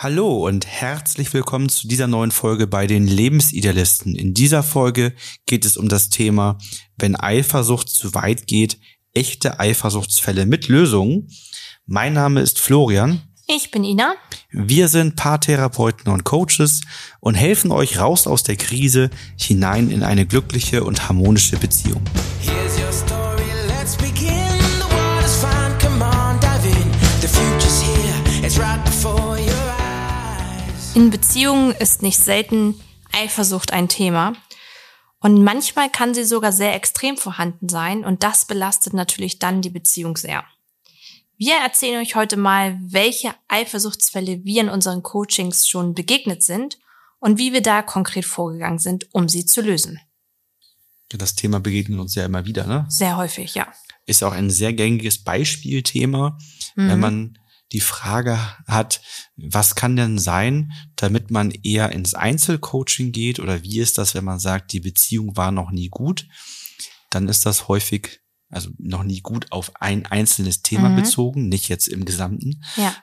Hallo und herzlich willkommen zu dieser neuen Folge bei den Lebensidealisten. In dieser Folge geht es um das Thema, wenn Eifersucht zu weit geht, echte Eifersuchtsfälle mit Lösungen. Mein Name ist Florian. Ich bin Ina. Wir sind Paartherapeuten und Coaches und helfen euch raus aus der Krise hinein in eine glückliche und harmonische Beziehung. Here's your story, let's begin. The water's fine, come on, dive in. The future's here, it's right before your eyes. In Beziehungen ist nicht selten Eifersucht ein Thema. Und manchmal kann sie sogar sehr extrem vorhanden sein und das belastet natürlich dann die Beziehung sehr. Wir erzählen euch heute mal, welche Eifersuchtsfälle wir in unseren Coachings schon begegnet sind und wie wir da konkret vorgegangen sind, um sie zu lösen. Das Thema begegnet uns ja immer wieder, ne? Sehr häufig, ja. Ist auch ein sehr gängiges Beispielthema, wenn man die Frage hat, was kann denn sein, damit man eher ins Einzelcoaching geht oder wie ist das, wenn man sagt, die Beziehung war noch nie gut, dann ist das häufig, also noch nie gut auf ein einzelnes Thema bezogen, nicht jetzt im Gesamten. Ja.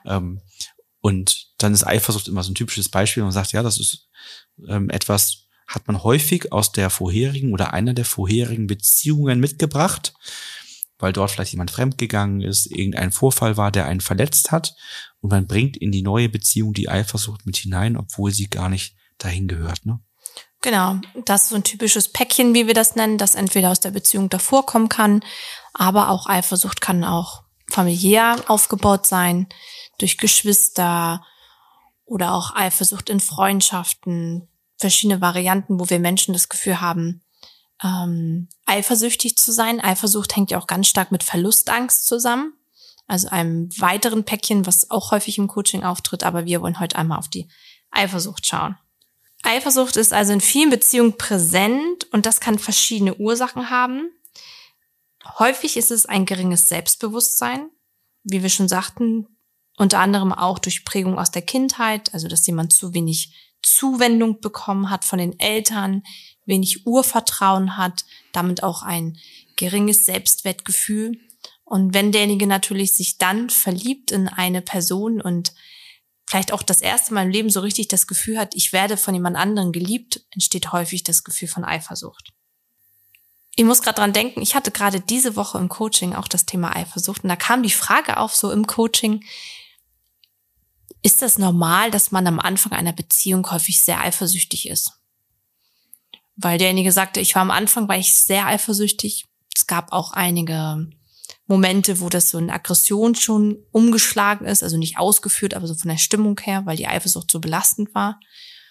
Und dann ist Eifersucht immer so ein typisches Beispiel. Man sagt, ja, das ist etwas, hat man häufig aus der vorherigen oder einer der vorherigen Beziehungen mitgebracht, weil dort vielleicht jemand fremdgegangen ist, irgendein Vorfall war, der einen verletzt hat. Und man bringt in die neue Beziehung die Eifersucht mit hinein, obwohl sie gar nicht dahin gehört, ne? Genau, das ist so ein typisches Päckchen, wie wir das nennen, das entweder aus der Beziehung davor kommen kann, aber auch Eifersucht kann auch familiär aufgebaut sein, durch Geschwister oder auch Eifersucht in Freundschaften, verschiedene Varianten, wo wir Menschen das Gefühl haben, eifersüchtig zu sein. Eifersucht hängt ja auch ganz stark mit Verlustangst zusammen, also einem weiteren Päckchen, was auch häufig im Coaching auftritt, aber wir wollen heute einmal auf die Eifersucht schauen. Eifersucht ist also in vielen Beziehungen präsent und das kann verschiedene Ursachen haben. Häufig ist es ein geringes Selbstbewusstsein, wie wir schon sagten, unter anderem auch durch Prägung aus der Kindheit, also dass jemand zu wenig Zuwendung bekommen hat von den Eltern, wenig Urvertrauen hat, damit auch ein geringes Selbstwertgefühl. Und wenn derjenige natürlich sich dann verliebt in eine Person und vielleicht auch das erste Mal im Leben so richtig das Gefühl hat, ich werde von jemand anderem geliebt, entsteht häufig das Gefühl von Eifersucht. Ich muss gerade dran denken, ich hatte gerade diese Woche im Coaching auch das Thema Eifersucht und da kam die Frage auf, so im Coaching, ist das normal, dass man am Anfang einer Beziehung häufig sehr eifersüchtig ist? Weil derjenige sagte, ich war am Anfang, war ich sehr eifersüchtig. Es gab auch einige Momente, wo das so in Aggression schon umgeschlagen ist, also nicht ausgeführt, aber so von der Stimmung her, weil die Eifersucht so belastend war.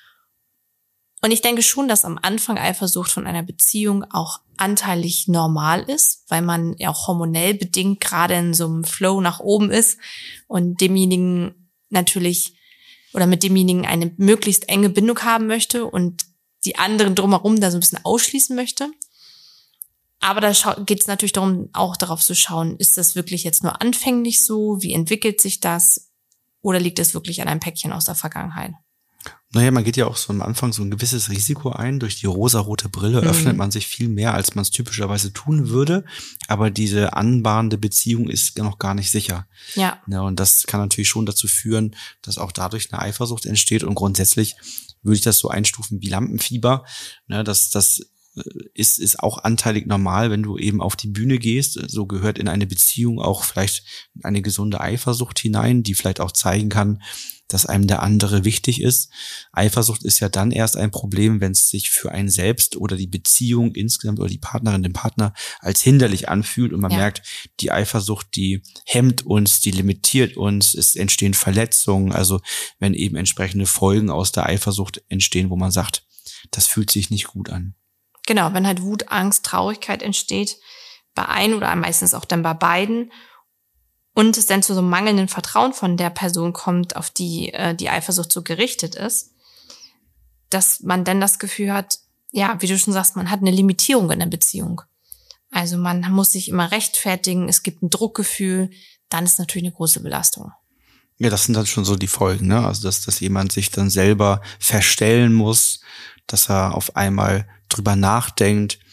Und ich denke schon, dass am Anfang Eifersucht von einer Beziehung auch anteilig normal ist, weil man ja auch hormonell bedingt gerade in so einem Flow nach oben ist und demjenigen natürlich oder mit demjenigen eine möglichst enge Bindung haben möchte und die anderen drumherum da so ein bisschen ausschließen möchte. Aber da geht es natürlich darum, auch darauf zu schauen, ist das wirklich jetzt nur anfänglich so? Wie entwickelt sich das? Oder liegt es wirklich an einem Päckchen aus der Vergangenheit? Naja, man geht ja auch so am Anfang so ein gewisses Risiko ein. Durch die rosarote Brille öffnet man sich viel mehr, als man es typischerweise tun würde. Aber diese anbahnende Beziehung ist noch gar nicht sicher. Ja. Ja, und das kann natürlich schon dazu führen, dass auch dadurch eine Eifersucht entsteht. Und grundsätzlich würde ich das so einstufen wie Lampenfieber. Ne, das ist auch anteilig normal, wenn du eben auf die Bühne gehst. So gehört in eine Beziehung auch vielleicht eine gesunde Eifersucht hinein, die vielleicht auch zeigen kann, dass einem der andere wichtig ist. Eifersucht ist ja dann erst ein Problem, wenn es sich für einen selbst oder die Beziehung insgesamt oder die Partnerin, den Partner als hinderlich anfühlt und man merkt, die Eifersucht, die hemmt uns, die limitiert uns, es entstehen Verletzungen, also wenn eben entsprechende Folgen aus der Eifersucht entstehen, wo man sagt, das fühlt sich nicht gut an. Genau, wenn halt Wut, Angst, Traurigkeit entsteht, bei einem oder meistens auch dann bei beiden und es dann zu so einem mangelnden Vertrauen von der Person kommt, auf die die Eifersucht so gerichtet ist, dass man dann das Gefühl hat, ja, wie du schon sagst, man hat eine Limitierung in der Beziehung. Also man muss sich immer rechtfertigen, es gibt ein Druckgefühl, dann ist natürlich eine große Belastung. Ja, das sind dann schon so die Folgen, ne? Also dass jemand sich dann selber verstellen muss, dass er auf einmal drüber nachdenkt,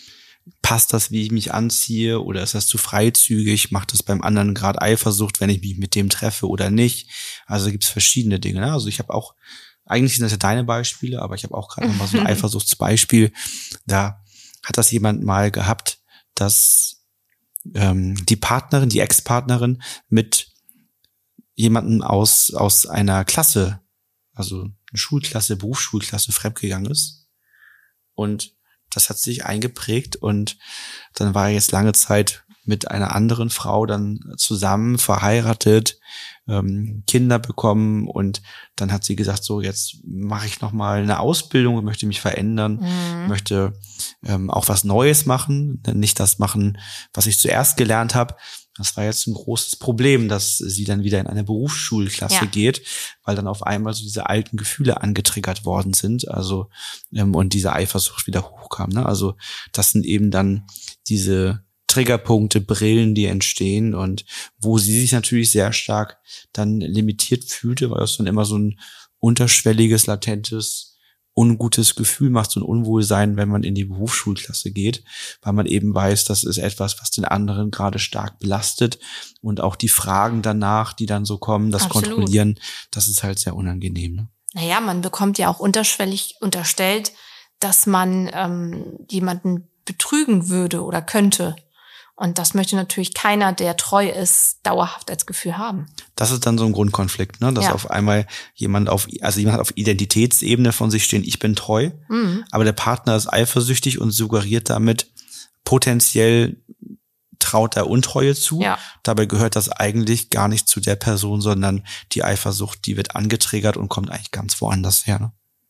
passt das, wie ich mich anziehe, oder ist das zu freizügig? Macht das beim anderen gerade Eifersucht, wenn ich mich mit dem treffe oder nicht? Also gibt es verschiedene Dinge. Ne? Also ich habe auch, eigentlich sind das ja deine Beispiele, aber ich habe auch gerade nochmal so ein Eifersuchtsbeispiel. Da hat das jemand mal gehabt, dass die Partnerin, die Ex-Partnerin mit jemandem aus einer Klasse, also eine Schulklasse, Berufsschulklasse fremdgegangen ist. Und das hat sich eingeprägt und dann war er jetzt lange Zeit mit einer anderen Frau dann zusammen, verheiratet, Kinder bekommen, und dann hat sie gesagt, so jetzt mache ich nochmal eine Ausbildung und möchte mich verändern, möchte auch was Neues machen, nicht das machen, was ich zuerst gelernt habe. Das war jetzt ein großes Problem, dass sie dann wieder in eine Berufsschulklasse geht, weil dann auf einmal so diese alten Gefühle angetriggert worden sind, also und diese Eifersucht wieder hochkam. Ne? Also das sind eben dann diese Triggerpunkte, Brillen, die entstehen, und wo sie sich natürlich sehr stark dann limitiert fühlte, weil es dann immer so ein unterschwelliges, latentes, ungutes Gefühl macht, so ein Unwohlsein, wenn man in die Berufsschulklasse geht, weil man eben weiß, das ist etwas, was den anderen gerade stark belastet, und auch die Fragen danach, die dann so kommen, das Kontrollieren, das ist halt sehr unangenehm. Ne? Naja, man bekommt ja auch unterschwellig unterstellt, dass man jemanden betrügen würde oder könnte. Und das möchte natürlich keiner, der treu ist, dauerhaft als Gefühl haben. Das ist dann so ein Grundkonflikt, ne? Dass auf einmal jemand hat auf Identitätsebene von sich stehen, ich bin treu, aber der Partner ist eifersüchtig und suggeriert damit, potenziell traut er Untreue zu. Ja. Dabei gehört das eigentlich gar nicht zu der Person, sondern die Eifersucht, die wird angetriggert und kommt eigentlich ganz woanders her. Ne?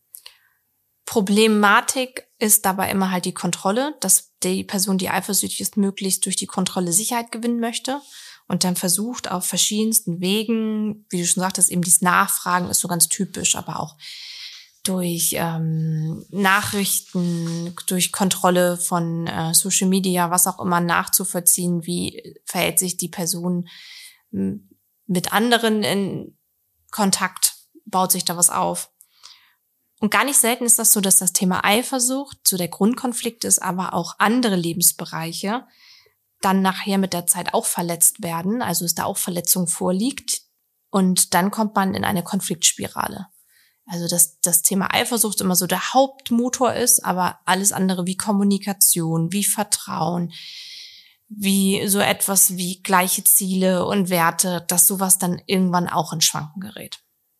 Problematik ist dabei immer halt die Kontrolle, dass die Person, die eifersüchtig ist, möglichst durch die Kontrolle Sicherheit gewinnen möchte und dann versucht auf verschiedensten Wegen, wie du schon sagtest, eben dieses Nachfragen ist so ganz typisch, aber auch durch Nachrichten, durch Kontrolle von Social Media, was auch immer, nachzuvollziehen, wie verhält sich die Person mit anderen in Kontakt, baut sich da was auf. Und gar nicht selten ist das so, dass das Thema Eifersucht so der Grundkonflikt ist, aber auch andere Lebensbereiche dann nachher mit der Zeit auch verletzt werden, also es da auch Verletzung vorliegt, und dann kommt man in eine Konfliktspirale. Also dass das Thema Eifersucht immer so der Hauptmotor ist, aber alles andere wie Kommunikation, wie Vertrauen, wie so etwas wie gleiche Ziele und Werte, dass sowas dann irgendwann auch in Schwanken gerät.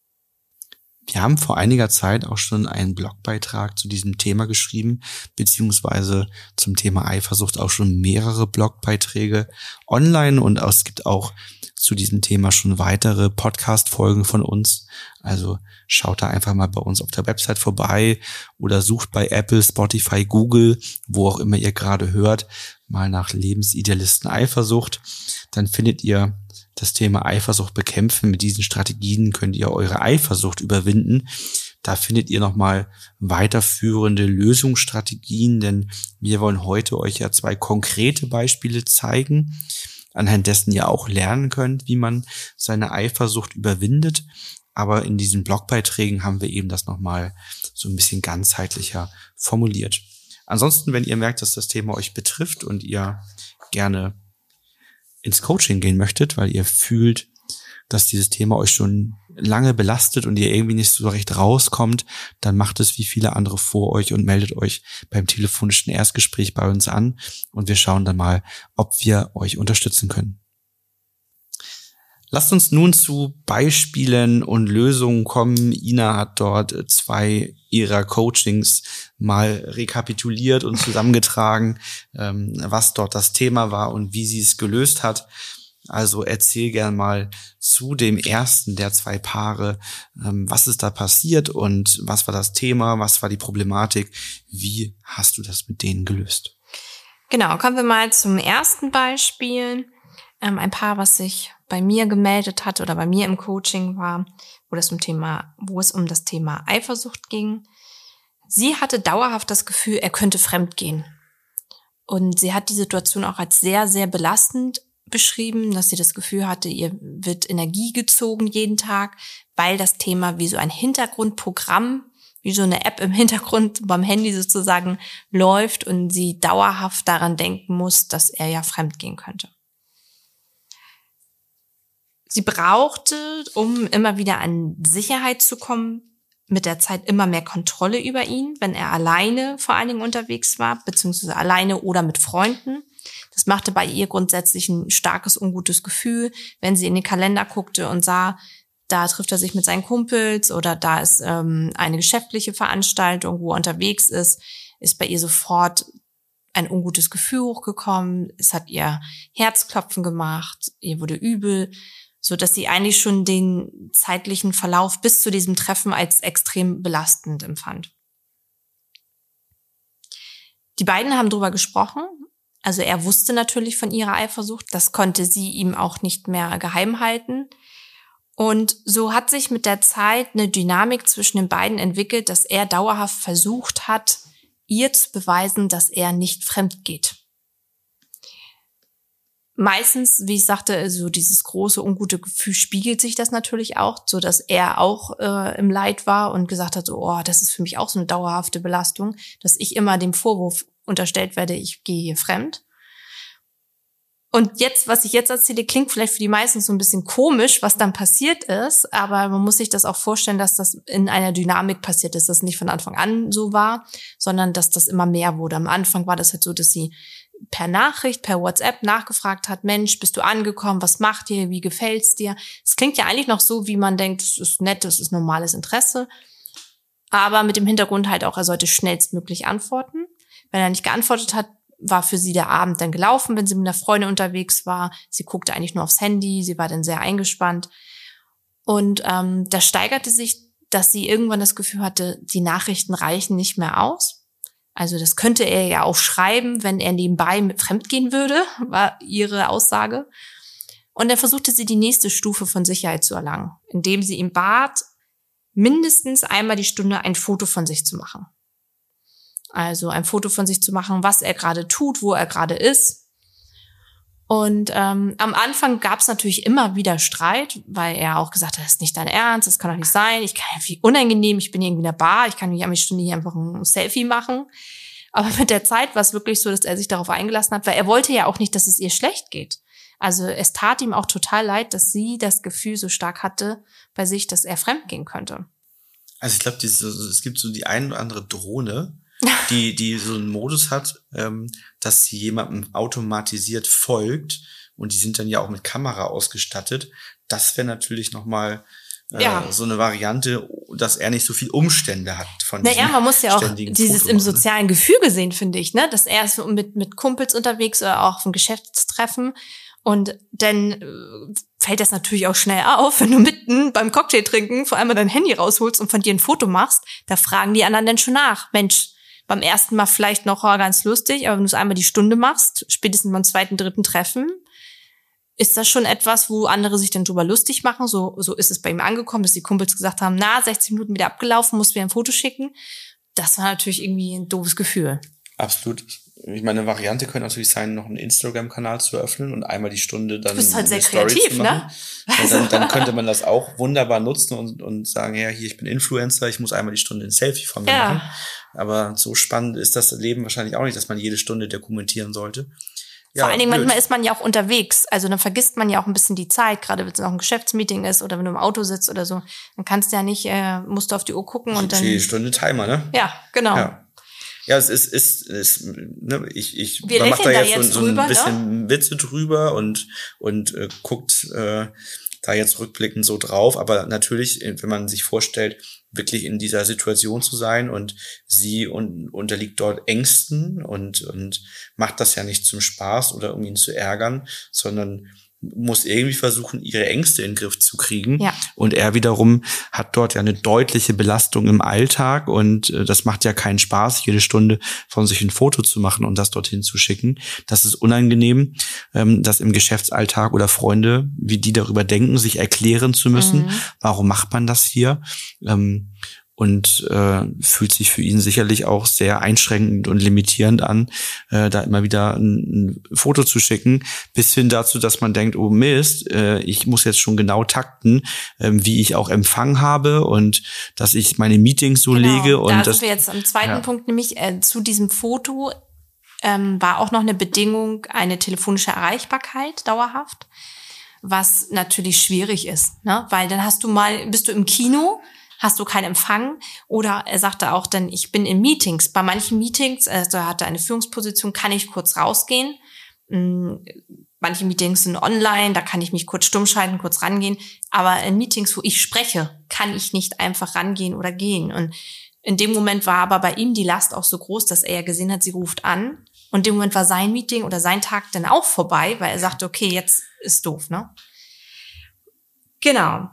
Wir haben vor einiger Zeit auch schon einen Blogbeitrag zu diesem Thema geschrieben, beziehungsweise zum Thema Eifersucht auch schon mehrere Blogbeiträge online, und es gibt auch zu diesem Thema schon weitere Podcast-Folgen von uns. Also schaut da einfach mal bei uns auf der Website vorbei oder sucht bei Apple, Spotify, Google, wo auch immer ihr gerade hört, mal nach Lebensidealisten Eifersucht. Dann findet ihr das Thema Eifersucht bekämpfen. Mit diesen Strategien könnt ihr eure Eifersucht überwinden. Da findet ihr nochmal weiterführende Lösungsstrategien, denn wir wollen heute euch ja 2 konkrete Beispiele zeigen, anhand dessen ihr auch lernen könnt, wie man seine Eifersucht überwindet. Aber in diesen Blogbeiträgen haben wir eben das nochmal so ein bisschen ganzheitlicher formuliert. Ansonsten, wenn ihr merkt, dass das Thema euch betrifft und ihr gerne ins Coaching gehen möchtet, weil ihr fühlt, dass dieses Thema euch schon lange belastet und ihr irgendwie nicht so recht rauskommt, dann macht es wie viele andere vor euch und meldet euch beim telefonischen Erstgespräch bei uns an, und wir schauen dann mal, ob wir euch unterstützen können. Lasst uns nun zu Beispielen und Lösungen kommen. Ina hat dort 2 ihrer Coachings mal rekapituliert und zusammengetragen, was dort das Thema war und wie sie es gelöst hat. Also erzähl gern mal zu dem ersten der 2 Paare, was ist da passiert und was war das Thema, was war die Problematik, wie hast du das mit denen gelöst? Genau, kommen wir mal zum ersten Beispiel. Ein Paar, was sich bei mir gemeldet hat oder bei mir im Coaching war, wo es um das Thema Eifersucht ging. Sie hatte dauerhaft das Gefühl, er könnte fremdgehen. Und sie hat die Situation auch als sehr, sehr belastend beschrieben, dass sie das Gefühl hatte, ihr wird Energie gezogen jeden Tag, weil das Thema wie so ein Hintergrundprogramm, wie so eine App im Hintergrund beim Handy sozusagen läuft und sie dauerhaft daran denken muss, dass er ja fremdgehen könnte. Sie brauchte, um immer wieder an Sicherheit zu kommen, mit der Zeit immer mehr Kontrolle über ihn, wenn er alleine vor allen Dingen unterwegs war, beziehungsweise alleine oder mit Freunden. Das machte bei ihr grundsätzlich ein starkes, ungutes Gefühl, wenn sie in den Kalender guckte und sah, da trifft er sich mit seinen Kumpels oder da ist eine geschäftliche Veranstaltung, wo er unterwegs ist bei ihr sofort ein ungutes Gefühl hochgekommen. Es hat ihr Herzklopfen gemacht, ihr wurde übel, so dass sie eigentlich schon den zeitlichen Verlauf bis zu diesem Treffen als extrem belastend empfand. Die beiden haben darüber gesprochen. Also er wusste natürlich von ihrer Eifersucht. Das konnte sie ihm auch nicht mehr geheim halten. Und so hat sich mit der Zeit eine Dynamik zwischen den beiden entwickelt, dass er dauerhaft versucht hat, ihr zu beweisen, dass er nicht fremd geht. Meistens, wie ich sagte, so dieses große, ungute Gefühl spiegelt sich das natürlich auch, so dass er auch im Leid war und gesagt hat, so, oh, das ist für mich auch so eine dauerhafte Belastung, dass ich immer dem Vorwurf unterstellt werde, ich gehe hier fremd. Und jetzt, was ich jetzt erzähle, klingt vielleicht für die meisten so ein bisschen komisch, was dann passiert ist, aber man muss sich das auch vorstellen, dass das in einer Dynamik passiert ist, dass es nicht von Anfang an so war, sondern dass das immer mehr wurde. Am Anfang war das halt so, dass sie per Nachricht, per WhatsApp nachgefragt hat, Mensch, bist du angekommen, was macht ihr, wie gefällt's dir? Es klingt ja eigentlich noch so, wie man denkt, es ist nett, es ist normales Interesse, aber mit dem Hintergrund halt auch, er sollte schnellstmöglich antworten. Wenn er nicht geantwortet hat, war für sie der Abend dann gelaufen, wenn sie mit einer Freundin unterwegs war. Sie guckte eigentlich nur aufs Handy, sie war dann sehr eingespannt. Und das steigerte sich, dass sie irgendwann das Gefühl hatte, die Nachrichten reichen nicht mehr aus. Also das könnte er ja auch schreiben, wenn er nebenbei mit fremdgehen würde, war ihre Aussage. Und dann versuchte sie die nächste Stufe von Sicherheit zu erlangen, indem sie ihn bat, mindestens einmal die Stunde ein Foto von sich zu machen. Also ein Foto von sich zu machen, was er gerade tut, wo er gerade ist. Und am Anfang gab es natürlich immer wieder Streit, weil er auch gesagt hat, das ist nicht dein Ernst, das kann doch nicht sein, ich kann irgendwie unangenehm, ich bin irgendwie in der Bar, ich kann mich eine Stunde hier einfach ein Selfie machen. Aber mit der Zeit war es wirklich so, dass er sich darauf eingelassen hat, weil er wollte ja auch nicht, dass es ihr schlecht geht. Also es tat ihm auch total leid, dass sie das Gefühl so stark hatte bei sich, dass er fremdgehen könnte. Also ich glaube, es gibt so die ein oder andere Drohne, die so einen Modus hat, dass sie jemandem automatisiert folgt und die sind dann ja auch mit Kamera ausgestattet. Das wäre natürlich nochmal so eine Variante, dass er nicht so viel Umstände hat von diesem man muss ja auch dieses Foto im machen, sozialen Gefüge sehen, finde ich, ne, dass er so mit Kumpels unterwegs oder auch auf einem Geschäftstreffen und dann fällt das natürlich auch schnell auf, wenn du mitten beim Cocktail trinken vor allem dein Handy rausholst und von dir ein Foto machst, da fragen die anderen dann schon nach, Mensch, beim ersten Mal vielleicht noch ganz lustig, aber wenn du es einmal die Stunde machst, spätestens beim zweiten, dritten Treffen, ist das schon etwas, wo andere sich dann drüber lustig machen. So ist es bei ihm angekommen, dass die Kumpels gesagt haben, 60 Minuten wieder abgelaufen, musst wieder ein Foto schicken. Das war natürlich irgendwie ein doofes Gefühl. Absolut. Ich meine, eine Variante könnte natürlich sein, noch einen Instagram-Kanal zu eröffnen und einmal die Stunde dann du bist halt sehr Story kreativ, zu machen. Ne? Und dann könnte man das auch wunderbar nutzen und sagen, ja, hier, ich bin Influencer, ich muss einmal die Stunde ein Selfie von mir machen. Aber so spannend ist das Leben wahrscheinlich auch nicht, dass man jede Stunde dokumentieren sollte. Ja, vor allen Dingen, manchmal ist man ja auch unterwegs. Also dann vergisst man ja auch ein bisschen die Zeit, gerade wenn es noch ein Geschäftsmeeting ist oder wenn du im Auto sitzt oder so. Dann kannst du ja nicht, musst du auf die Uhr gucken und dann... 10 Stunden Timer, ne? Ja, genau. Ja, es ist ne, ich man macht da jetzt so ein drüber, bisschen ne? Witze drüber und guckt da jetzt rückblickend so drauf. Aber natürlich, wenn man sich vorstellt, wirklich in dieser Situation zu sein und sie unterliegt dort Ängsten und macht das ja nicht zum Spaß oder um ihn zu ärgern, sondern muss irgendwie versuchen, ihre Ängste in den Griff zu kriegen. Ja. Und er wiederum hat dort ja eine deutliche Belastung im Alltag und das macht ja keinen Spaß, jede Stunde von sich ein Foto zu machen und das dorthin zu schicken. Das ist unangenehm, dass im Geschäftsalltag oder Freunde, wie die darüber denken, sich erklären zu müssen. Warum macht man das hier? und fühlt sich für ihn sicherlich auch sehr einschränkend und limitierend an, da immer wieder ein Foto zu schicken, bis hin dazu, dass man denkt, oh Mist, ich muss jetzt schon genau takten, wie ich auch Empfang habe und dass ich meine Meetings so lege. Und da das, sind wir jetzt am zweiten Punkt, nämlich zu diesem Foto war auch noch eine Bedingung, eine telefonische Erreichbarkeit dauerhaft, was natürlich schwierig ist, ne? Weil dann bist du im Kino, hast du keinen Empfang, oder er sagte auch dann, ich bin in Meetings. Bei manchen Meetings, also er hatte eine Führungsposition, kann ich kurz rausgehen. Manche Meetings sind online, da kann ich mich kurz stumm schalten, kurz rangehen. Aber in Meetings, wo ich spreche, kann ich nicht einfach rangehen oder gehen. Und in dem Moment war aber bei ihm die Last auch so groß, dass er ja gesehen hat, sie ruft an. Und in dem Moment war sein Meeting oder sein Tag dann auch vorbei, weil er sagte, okay, jetzt ist doof, ne? Genau.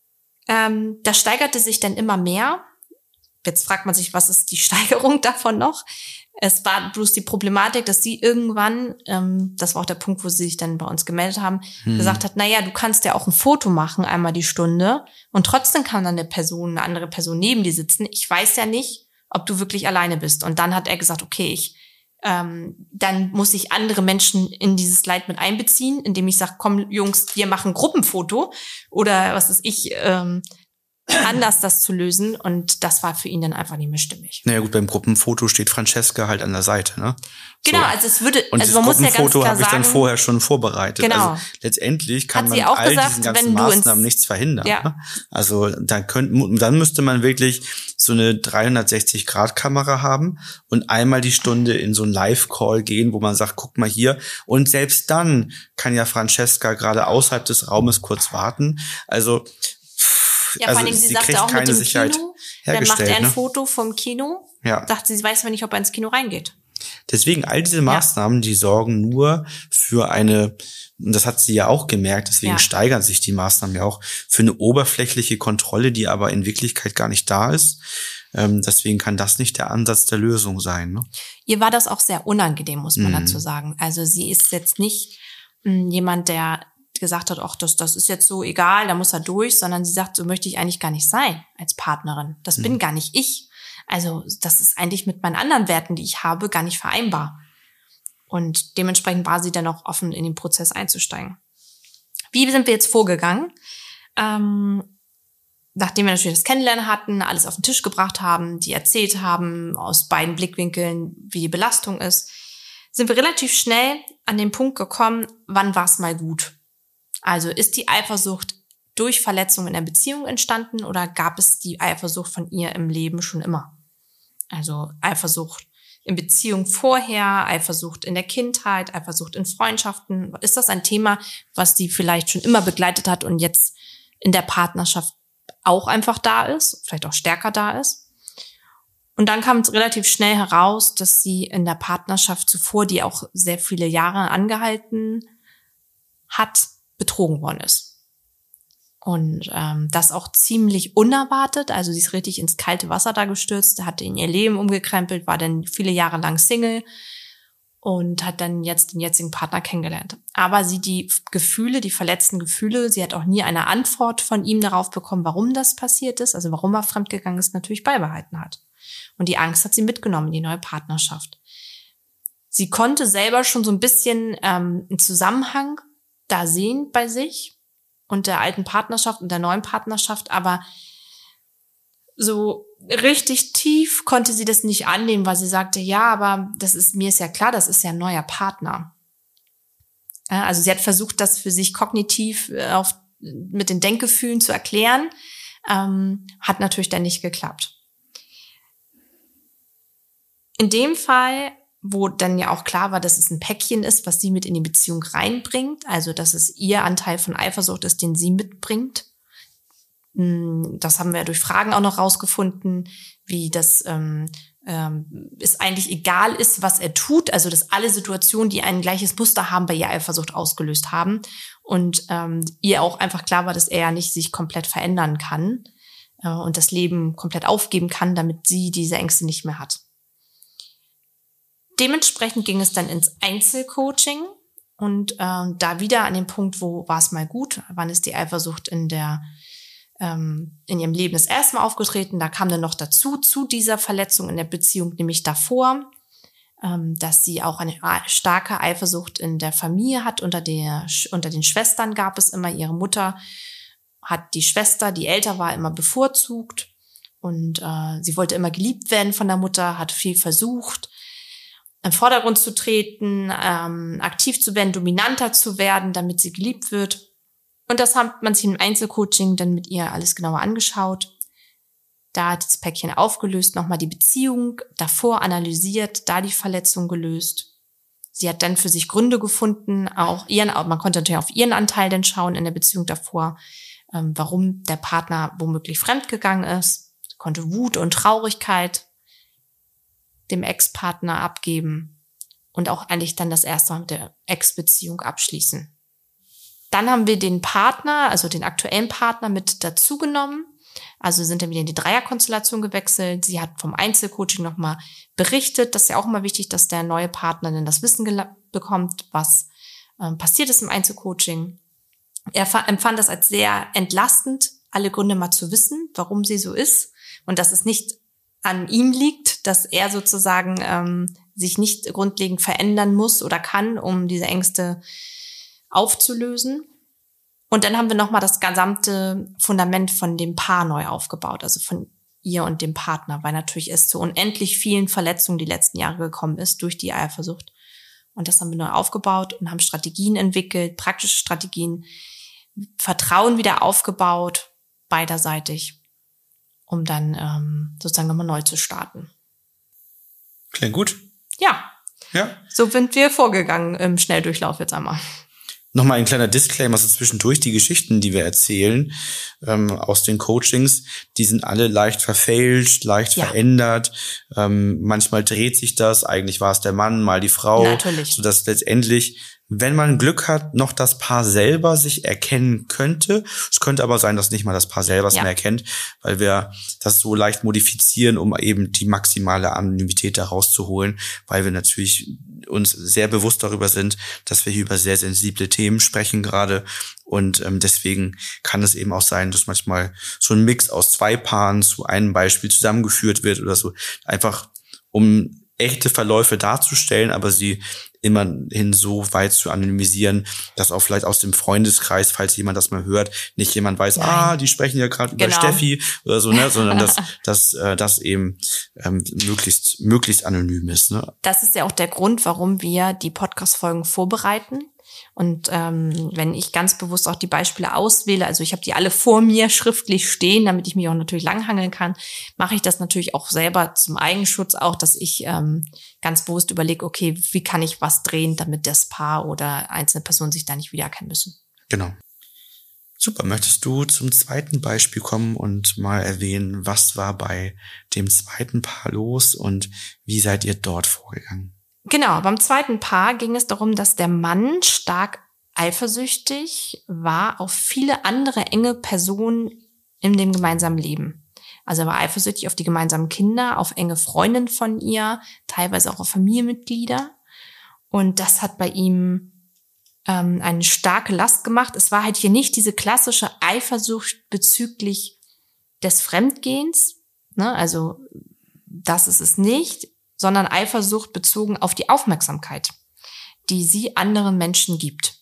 Das steigerte sich dann immer mehr. Jetzt fragt man sich, was ist die Steigerung davon noch? Es war bloß die Problematik, dass sie irgendwann, das war auch der Punkt, wo sie sich dann bei uns gemeldet haben, gesagt hat, naja, du kannst ja auch ein Foto machen, einmal die Stunde, und trotzdem kann dann eine andere Person neben dir sitzen. Ich weiß ja nicht, ob du wirklich alleine bist. Und dann hat er gesagt, okay, dann muss ich andere Menschen in dieses Leid mit einbeziehen, indem ich sage, komm Jungs, wir machen Gruppenfoto oder was weiß ich, anders das zu lösen, und das war für ihn dann einfach nicht mehr stimmig. Naja gut, beim Gruppenfoto steht Francesca halt an der Seite, ne? Genau, so. also es würde, und also man muss ja ganz klar Gruppenfoto habe ich dann sagen, vorher schon vorbereitet. Genau. Also letztendlich kann Hat man sie auch all gesagt, diesen ganzen wenn du Maßnahmen nichts verhindern. Ja. Ne? Also dann müsste man wirklich so eine 360-Grad-Kamera haben und einmal die Stunde in so einen Live-Call gehen, wo man sagt, guck mal hier. Und selbst dann kann ja Francesca gerade außerhalb des Raumes kurz warten. Also ja, vor allem, sie sagte auch mit dem Kino, dann macht er ein Foto vom Kino, dachte sie weiß aber nicht, ob er ins Kino reingeht. Deswegen, all diese Maßnahmen, die sorgen nur für eine, und das hat sie ja auch gemerkt, deswegen steigern sich die Maßnahmen ja auch, für eine oberflächliche Kontrolle, die aber in Wirklichkeit gar nicht da ist. Deswegen kann das nicht der Ansatz der Lösung sein. Ne? Ihr war das auch sehr unangenehm, muss man dazu sagen. Also sie ist jetzt nicht jemand, der gesagt hat, ach, das ist jetzt so egal, da muss er durch, sondern sie sagt, so möchte ich eigentlich gar nicht sein als Partnerin. Das bin gar nicht ich. Also das ist eigentlich mit meinen anderen Werten, die ich habe, gar nicht vereinbar. Und dementsprechend war sie dann auch offen, in den Prozess einzusteigen. Wie sind wir jetzt vorgegangen? Nachdem wir natürlich das Kennenlernen hatten, alles auf den Tisch gebracht haben, die erzählt haben, aus beiden Blickwinkeln, wie die Belastung ist, sind wir relativ schnell an den Punkt gekommen, wann war es mal gut? Also ist die Eifersucht durch Verletzungen in der Beziehung entstanden oder gab es die Eifersucht von ihr im Leben schon immer? Also Eifersucht in Beziehung vorher, Eifersucht in der Kindheit, Eifersucht in Freundschaften. Ist das ein Thema, was sie vielleicht schon immer begleitet hat und jetzt in der Partnerschaft auch einfach da ist, vielleicht auch stärker da ist? Und dann kam es relativ schnell heraus, dass sie in der Partnerschaft zuvor, die auch sehr viele Jahre angehalten hat, betrogen worden ist. Und das auch ziemlich unerwartet. Also sie ist richtig ins kalte Wasser da gestürzt, hatte in ihr Leben umgekrempelt, war dann viele Jahre lang Single und hat dann jetzt den jetzigen Partner kennengelernt. Aber sie die Gefühle, die verletzten Gefühle, sie hat auch nie eine Antwort von ihm darauf bekommen, warum das passiert ist, also warum er fremdgegangen ist, natürlich beibehalten hat. Und die Angst hat sie mitgenommen in die neue Partnerschaft. Sie konnte selber schon so ein bisschen einen Zusammenhang da sehen bei sich und der alten Partnerschaft und der neuen Partnerschaft, aber so richtig tief konnte sie das nicht annehmen, weil sie sagte, ja, aber mir ist ja klar, das ist ja ein neuer Partner. Also sie hat versucht, das für sich kognitiv mit den Denkgefühlen zu erklären, hat natürlich dann nicht geklappt. In dem Fall, wo dann ja auch klar war, dass es ein Päckchen ist, was sie mit in die Beziehung reinbringt, also dass es ihr Anteil von Eifersucht ist, den sie mitbringt. Das haben wir durch Fragen auch noch rausgefunden, wie das es eigentlich egal ist, was er tut, also dass alle Situationen, die ein gleiches Muster haben, bei ihr Eifersucht ausgelöst haben und ihr auch einfach klar war, dass er ja nicht sich komplett verändern kann und das Leben komplett aufgeben kann, damit sie diese Ängste nicht mehr hat. Dementsprechend ging es dann ins Einzelcoaching und da wieder an dem Punkt, wo war es mal gut, wann ist die Eifersucht in der in ihrem Leben das erste Mal aufgetreten. Da kam dann noch dazu, zu dieser Verletzung in der Beziehung, nämlich davor, dass sie auch eine starke Eifersucht in der Familie hat. Unter den Schwestern gab es immer, ihre Mutter hat die Schwester, die älter war, immer bevorzugt. Und sie wollte immer geliebt werden von der Mutter, hat viel versucht, im Vordergrund zu treten, aktiv zu werden, dominanter zu werden, damit sie geliebt wird. Und das hat man sich im Einzelcoaching dann mit ihr alles genauer angeschaut. Da hat das Päckchen aufgelöst, nochmal die Beziehung davor analysiert, da die Verletzung gelöst. Sie hat dann für sich Gründe gefunden, man konnte natürlich auf ihren Anteil dann schauen in der Beziehung davor, warum der Partner womöglich fremdgegangen ist. Sie konnte Wut und Traurigkeit dem Ex-Partner abgeben und auch eigentlich dann das erste Mal mit der Ex-Beziehung abschließen. Dann haben wir den Partner, also den aktuellen Partner mit dazugenommen. Also sind dann wieder in die Dreierkonstellation gewechselt. Sie hat vom Einzelcoaching nochmal berichtet. Das ist ja auch immer wichtig, dass der neue Partner dann das Wissen bekommt, was passiert ist im Einzelcoaching. Er empfand das als sehr entlastend, alle Gründe mal zu wissen, warum sie so ist. Und dass es nicht an ihm liegt, dass er sozusagen sich nicht grundlegend verändern muss oder kann, um diese Ängste aufzulösen. Und dann haben wir nochmal das gesamte Fundament von dem Paar neu aufgebaut, also von ihr und dem Partner, weil natürlich es zu unendlich vielen Verletzungen die letzten Jahre gekommen ist durch die Eifersucht. Und das haben wir neu aufgebaut und haben Strategien entwickelt, praktische Strategien, Vertrauen wieder aufgebaut, beiderseitig, um dann sozusagen nochmal neu zu starten. Klingt gut. Ja. So sind wir vorgegangen im Schnelldurchlauf jetzt einmal. Nochmal ein kleiner Disclaimer, so zwischendurch die Geschichten, die wir erzählen aus den Coachings, die sind alle leicht verfälscht, leicht verändert. Manchmal dreht sich das, eigentlich war es der Mann, mal die Frau. Natürlich. Sodass letztendlich, wenn man Glück hat, noch das Paar selber sich erkennen könnte. Es könnte aber sein, dass nicht mal das Paar selber es mehr erkennt, weil wir das so leicht modifizieren, um eben die maximale Anonymität da rauszuholen, weil wir natürlich uns sehr bewusst darüber sind, dass wir hier über sehr sensible Themen sprechen gerade. Und deswegen kann es eben auch sein, dass manchmal so ein Mix aus zwei Paaren zu einem Beispiel zusammengeführt wird oder so. Einfach um echte Verläufe darzustellen, aber sie immerhin so weit zu anonymisieren, dass auch vielleicht aus dem Freundeskreis, falls jemand das mal hört, nicht jemand weiß, die sprechen ja gerade über Steffi oder so, ne, sondern dass das eben möglichst anonym ist. Ne? Das ist ja auch der Grund, warum wir die Podcast-Folgen vorbereiten. Und wenn ich ganz bewusst auch die Beispiele auswähle, also ich habe die alle vor mir schriftlich stehen, damit ich mich auch natürlich langhangeln kann, mache ich das natürlich auch selber zum Eigenschutz auch, dass ich ganz bewusst überlege, okay, wie kann ich was drehen, damit das Paar oder einzelne Personen sich da nicht wiedererkennen müssen. Genau. Super, möchtest du zum zweiten Beispiel kommen und mal erwähnen, was war bei dem zweiten Paar los und wie seid ihr dort vorgegangen? Genau, beim zweiten Paar ging es darum, dass der Mann stark eifersüchtig war auf viele andere enge Personen in dem gemeinsamen Leben. Also er war eifersüchtig auf die gemeinsamen Kinder, auf enge Freundinnen von ihr, teilweise auch auf Familienmitglieder. Und das hat bei ihm eine starke Last gemacht. Es war halt hier nicht diese klassische Eifersucht bezüglich des Fremdgehens, ne? Also das ist es nicht, sondern Eifersucht bezogen auf die Aufmerksamkeit, die sie anderen Menschen gibt.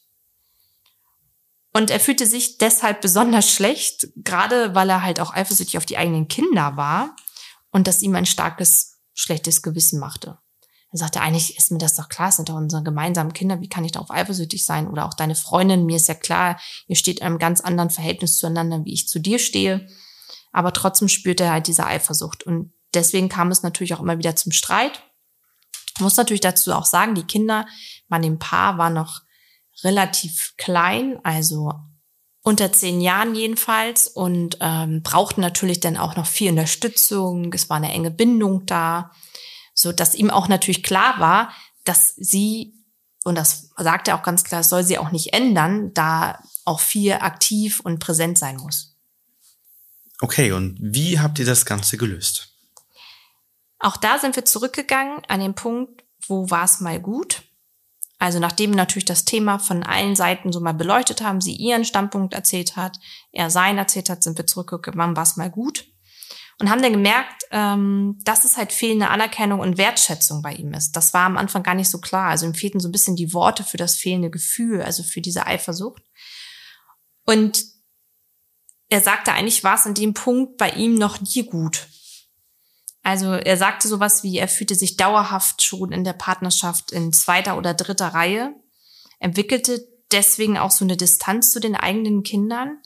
Und er fühlte sich deshalb besonders schlecht, gerade weil er halt auch eifersüchtig auf die eigenen Kinder war und das ihm ein starkes, schlechtes Gewissen machte. Er sagte, eigentlich ist mir das doch klar, es sind doch unsere gemeinsamen Kinder, wie kann ich darauf eifersüchtig sein? Oder auch deine Freundin, mir ist ja klar, ihr steht in einem ganz anderen Verhältnis zueinander, wie ich zu dir stehe. Aber trotzdem spürte er halt diese Eifersucht. Und deswegen kam es natürlich auch immer wieder zum Streit. Ich muss natürlich dazu auch sagen, die Kinder bei dem Paar waren noch relativ klein, also unter 10 Jahren jedenfalls und brauchten natürlich dann auch noch viel Unterstützung. Es war eine enge Bindung da, so dass ihm auch natürlich klar war, dass sie, und das sagt er auch ganz klar, das soll sie auch nicht ändern, da auch viel aktiv und präsent sein muss. Okay, und wie habt ihr das Ganze gelöst? Auch da sind wir zurückgegangen an den Punkt, wo war es mal gut? Also nachdem natürlich das Thema von allen Seiten so mal beleuchtet haben, sie ihren Standpunkt erzählt hat, er seinen erzählt hat, sind wir zurückgekommen, war es mal gut. Und haben dann gemerkt, dass es halt fehlende Anerkennung und Wertschätzung bei ihm ist. Das war am Anfang gar nicht so klar. Also ihm fehlten so ein bisschen die Worte für das fehlende Gefühl, also für diese Eifersucht. Und er sagte, eigentlich war es an dem Punkt bei ihm noch nie gut. Also er sagte sowas wie, er fühlte sich dauerhaft schon in der Partnerschaft in 2. oder 3. Reihe, entwickelte deswegen auch so eine Distanz zu den eigenen Kindern.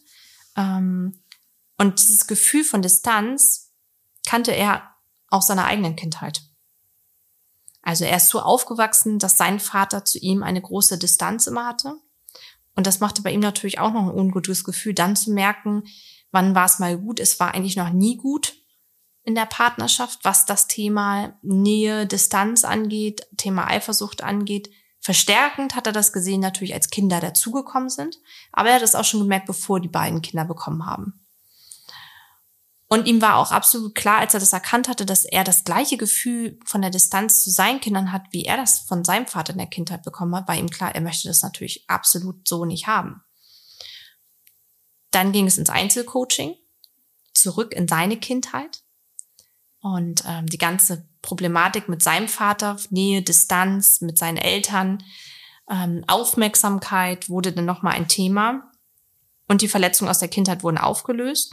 Und dieses Gefühl von Distanz kannte er aus seiner eigenen Kindheit. Also er ist so aufgewachsen, dass sein Vater zu ihm eine große Distanz immer hatte. Und das machte bei ihm natürlich auch noch ein ungutes Gefühl, dann zu merken, wann war es mal gut. Es war eigentlich noch nie gut in der Partnerschaft, was das Thema Nähe, Distanz angeht, Thema Eifersucht angeht. Verstärkend hat er das gesehen natürlich, als Kinder dazugekommen sind. Aber er hat es auch schon gemerkt, bevor die beiden Kinder bekommen haben. Und ihm war auch absolut klar, als er das erkannt hatte, dass er das gleiche Gefühl von der Distanz zu seinen Kindern hat, wie er das von seinem Vater in der Kindheit bekommen hat, war ihm klar, er möchte das natürlich absolut so nicht haben. Dann ging es ins Einzelcoaching, zurück in seine Kindheit. Und die ganze Problematik mit seinem Vater, Nähe, Distanz, mit seinen Eltern, Aufmerksamkeit wurde dann nochmal ein Thema. Und die Verletzungen aus der Kindheit wurden aufgelöst.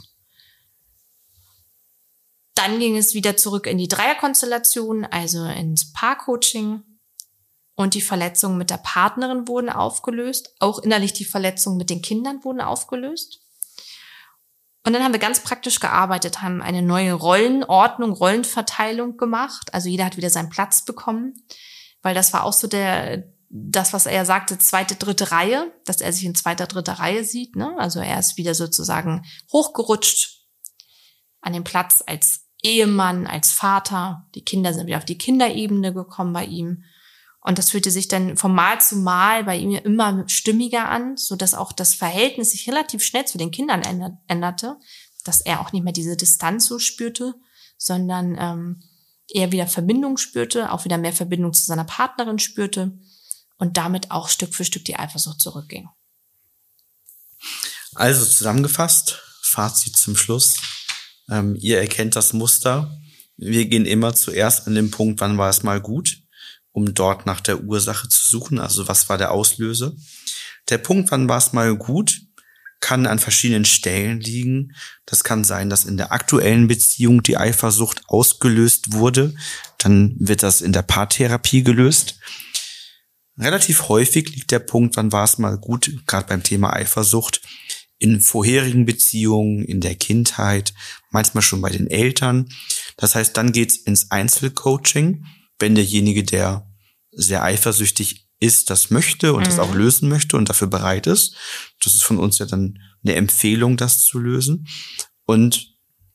Dann ging es wieder zurück in die Dreierkonstellation, also ins Paarcoaching. Und die Verletzungen mit der Partnerin wurden aufgelöst. Auch innerlich die Verletzungen mit den Kindern wurden aufgelöst. Und dann haben wir ganz praktisch gearbeitet, haben eine neue Rollenordnung, Rollenverteilung gemacht. Also jeder hat wieder seinen Platz bekommen, weil das war auch so das, was er sagte, 2., 3. Reihe, dass er sich in 2., 3. Reihe sieht, ne? Also er ist wieder sozusagen hochgerutscht an den Platz als Ehemann, als Vater. Die Kinder sind wieder auf die Kinderebene gekommen bei ihm. Und das fühlte sich dann von Mal zu Mal bei ihm immer stimmiger an, so dass auch das Verhältnis sich relativ schnell zu den Kindern änderte, dass er auch nicht mehr diese Distanz so spürte, sondern eher wieder Verbindung spürte, auch wieder mehr Verbindung zu seiner Partnerin spürte und damit auch Stück für Stück die Eifersucht zurückging. Also zusammengefasst, Fazit zum Schluss. Ihr erkennt das Muster. Wir gehen immer zuerst an den Punkt, wann war es mal gut, um dort nach der Ursache zu suchen. Also was war der Auslöser? Der Punkt, wann war es mal gut, kann an verschiedenen Stellen liegen. Das kann sein, dass in der aktuellen Beziehung die Eifersucht ausgelöst wurde. Dann wird das in der Paartherapie gelöst. Relativ häufig liegt der Punkt, wann war es mal gut, gerade beim Thema Eifersucht, in vorherigen Beziehungen, in der Kindheit, manchmal schon bei den Eltern. Das heißt, dann geht's ins Einzelcoaching, wenn derjenige, der sehr eifersüchtig ist, das möchte und das auch lösen möchte und dafür bereit ist. Das ist von uns ja dann eine Empfehlung, das zu lösen. Und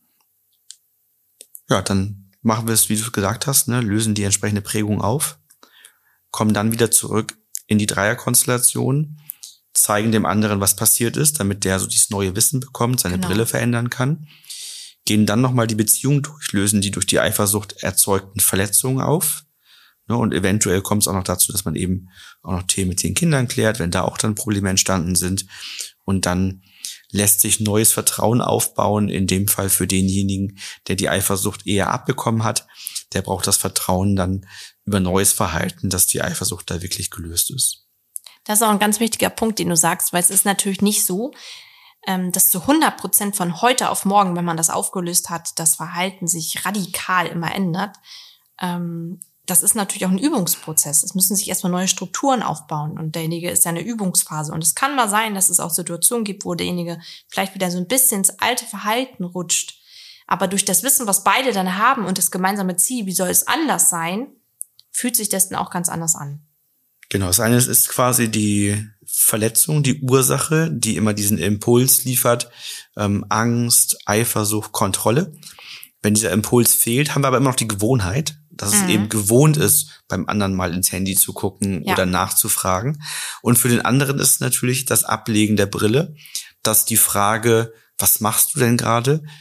ja, dann machen wir es, wie du gesagt hast, ne, lösen die entsprechende Prägung auf, kommen dann wieder zurück in die Dreierkonstellation, zeigen dem anderen, was passiert ist, damit der so dieses neue Wissen bekommt, seine Brille verändern kann, gehen dann nochmal die Beziehung durch, lösen die durch die Eifersucht erzeugten Verletzungen auf. Und eventuell kommt es auch noch dazu, dass man eben auch noch Themen mit den Kindern klärt, wenn da auch dann Probleme entstanden sind. Und dann lässt sich neues Vertrauen aufbauen, in dem Fall für denjenigen, der die Eifersucht eher abbekommen hat. Der braucht das Vertrauen dann über neues Verhalten, dass die Eifersucht da wirklich gelöst ist. Das ist auch ein ganz wichtiger Punkt, den du sagst, weil es ist natürlich nicht so, dass zu 100% von heute auf morgen, wenn man das aufgelöst hat, das Verhalten sich radikal immer ändert. Das ist natürlich auch ein Übungsprozess. Es müssen sich erstmal neue Strukturen aufbauen und derjenige ist ja eine Übungsphase. Und es kann mal sein, dass es auch Situationen gibt, wo derjenige vielleicht wieder so ein bisschen ins alte Verhalten rutscht. Aber durch das Wissen, was beide dann haben und das gemeinsame Ziel, wie soll es anders sein, fühlt sich das dann auch ganz anders an. Genau, das eine ist quasi die Verletzung, die Ursache, die immer diesen Impuls liefert, Angst, Eifersucht, Kontrolle. Wenn dieser Impuls fehlt, haben wir aber immer noch die Gewohnheit, dass es eben gewohnt ist, beim anderen mal ins Handy zu gucken oder nachzufragen. Und für den anderen ist natürlich das Ablegen der Brille, dass die Frage, was machst du denn gerade,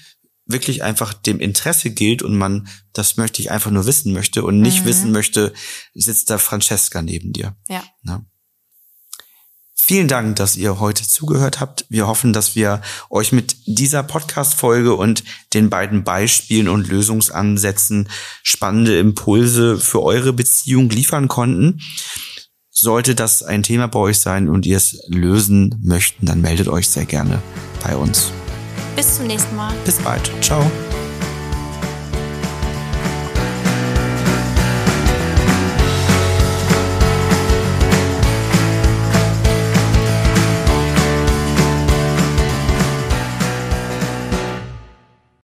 wirklich einfach dem Interesse gilt und man, das möchte ich einfach nur wissen möchte und nicht wissen möchte, sitzt da Francesca neben dir. Ja. Ja. Vielen Dank, dass ihr heute zugehört habt. Wir hoffen, dass wir euch mit dieser Podcast-Folge und den beiden Beispielen und Lösungsansätzen spannende Impulse für eure Beziehung liefern konnten. Sollte das ein Thema bei euch sein und ihr es lösen möchten, dann meldet euch sehr gerne bei uns. Bis zum nächsten Mal. Bis bald. Ciao.